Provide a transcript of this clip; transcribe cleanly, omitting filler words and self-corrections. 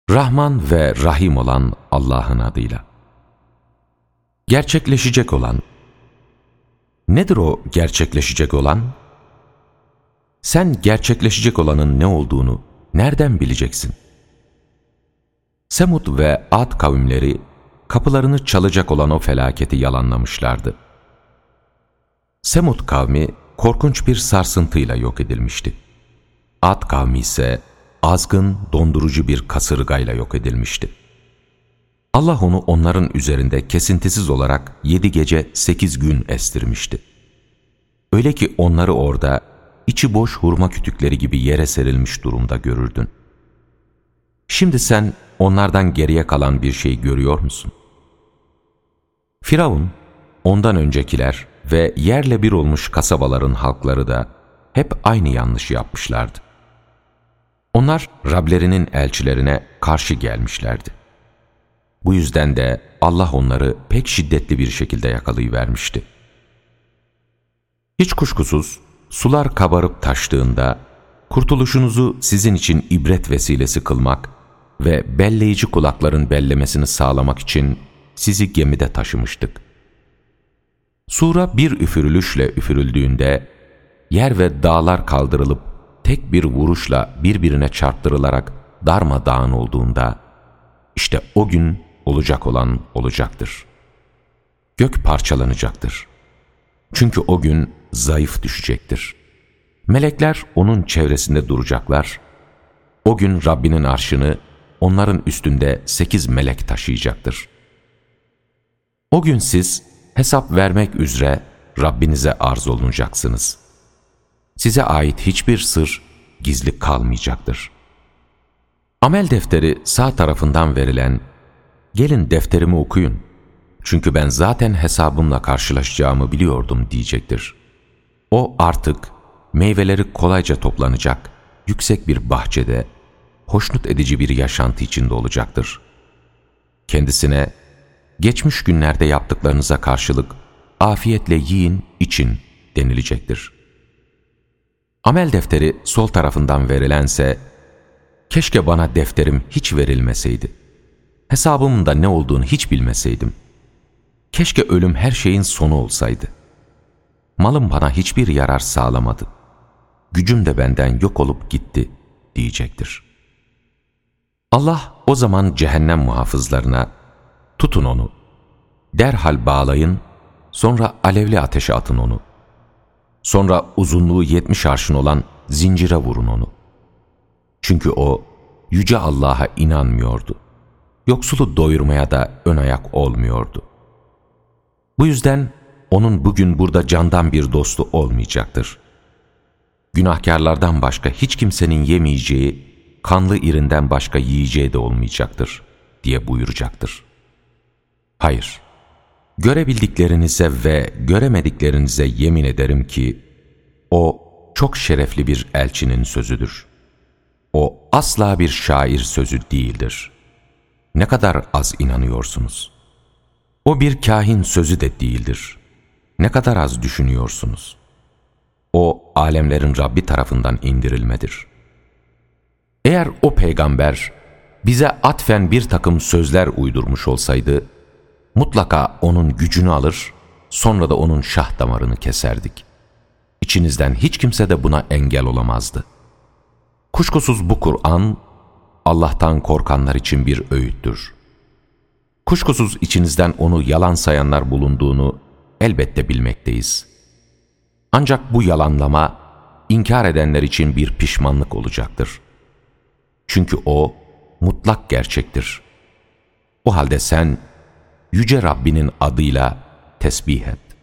Rahman ve Rahim olan Allah'ın adıyla. Gerçekleşecek olan. Nedir o gerçekleşecek olan? Sen gerçekleşecek olanın ne olduğunu nereden bileceksin? Semud ve Ad kavimleri kapılarını çalacak olan o felaketi yalanlamışlardı. Semud kavmi korkunç bir sarsıntıyla yok edilmişti. Ad kavmi ise azgın, dondurucu bir kasırgayla yok edilmişti. Allah onu onların üzerinde kesintisiz olarak 7 gece 8 gün estirmişti. Öyle ki onları orada içi boş hurma kütükleri gibi yere serilmiş durumda görürdün. Şimdi sen onlardan geriye kalan bir şey görüyor musun? Firavun, ondan öncekiler ve yerle bir olmuş kasabaların halkları da hep aynı yanlışı yapmışlardı. Onlar Rablerinin elçilerine karşı gelmişlerdi. Bu yüzden de Allah onları pek şiddetli bir şekilde yakalayıvermişti. Hiç kuşkusuz sular kabarıp taştığında kurtuluşunuzu sizin için ibret vesilesi kılmak ve belleyici kulakların bellemesini sağlamak için sizi gemide taşımıştık. Sura bir üfürülüşle üfürüldüğünde yer ve dağlar kaldırılıp tek bir vuruşla birbirine çarptırılarak darmadağın olduğunda işte o gün olacak olan olacaktır. Gök parçalanacaktır. Çünkü o gün zayıf düşecektir. Melekler onun çevresinde duracaklar. O gün Rabbinin arşını onların üstünde 8 melek taşıyacaktır. O gün siz hesap vermek üzere Rabbinize arz olunacaksınız. Size ait hiçbir sır gizli kalmayacaktır. Amel defteri sağ tarafından verilen, gelin defterimi okuyun, çünkü ben zaten hesabımla karşılaşacağımı biliyordum diyecektir. O artık meyveleri kolayca toplanacak, yüksek bir bahçede, hoşnut edici bir yaşantı içinde olacaktır. Kendisine, geçmiş günlerde yaptıklarınıza karşılık afiyetle yiyin, için denilecektir. Amel defteri sol tarafından verilense, keşke bana defterim hiç verilmeseydi. Hesabımın da ne olduğunu hiç bilmeseydim. Keşke ölüm her şeyin sonu olsaydı. Malım bana hiçbir yarar sağlamadı. Gücüm de benden yok olup gitti diyecektir. Allah o zaman cehennem muhafızlarına, tutun onu, derhal bağlayın, sonra alevli ateşe atın onu. Sonra uzunluğu 70 arşın olan zincire vurun onu. Çünkü o yüce Allah'a inanmıyordu. Yoksulu doyurmaya da ön ayak olmuyordu. Bu yüzden onun bugün burada candan bir dostu olmayacaktır. Günahkarlardan başka hiç kimsenin yemeyeceği, kanlı irinden başka yiyeceği de olmayacaktır diye buyuracaktır. Hayır, görebildiklerinize ve göremediklerinize yemin ederim ki o çok şerefli bir elçinin sözüdür. O asla bir şair sözü değildir. Ne kadar az inanıyorsunuz. O bir kahin sözü de değildir. Ne kadar az düşünüyorsunuz. O alemlerin Rabbi tarafından indirilmedir. Eğer o peygamber bize atfen bir takım sözler uydurmuş olsaydı, mutlaka onun gücünü alır, sonra da onun şah damarını keserdik. İçinizden hiç kimse de buna engel olamazdı. Kuşkusuz bu Kur'an, Allah'tan korkanlar için bir öğüttür. Kuşkusuz içinizden onu yalan sayanlar bulunduğunu elbette bilmekteyiz. Ancak bu yalanlama, inkar edenler için bir pişmanlık olacaktır. Çünkü o, mutlak gerçektir. O halde sen, Yüce Rabbinin adıyla tesbih et.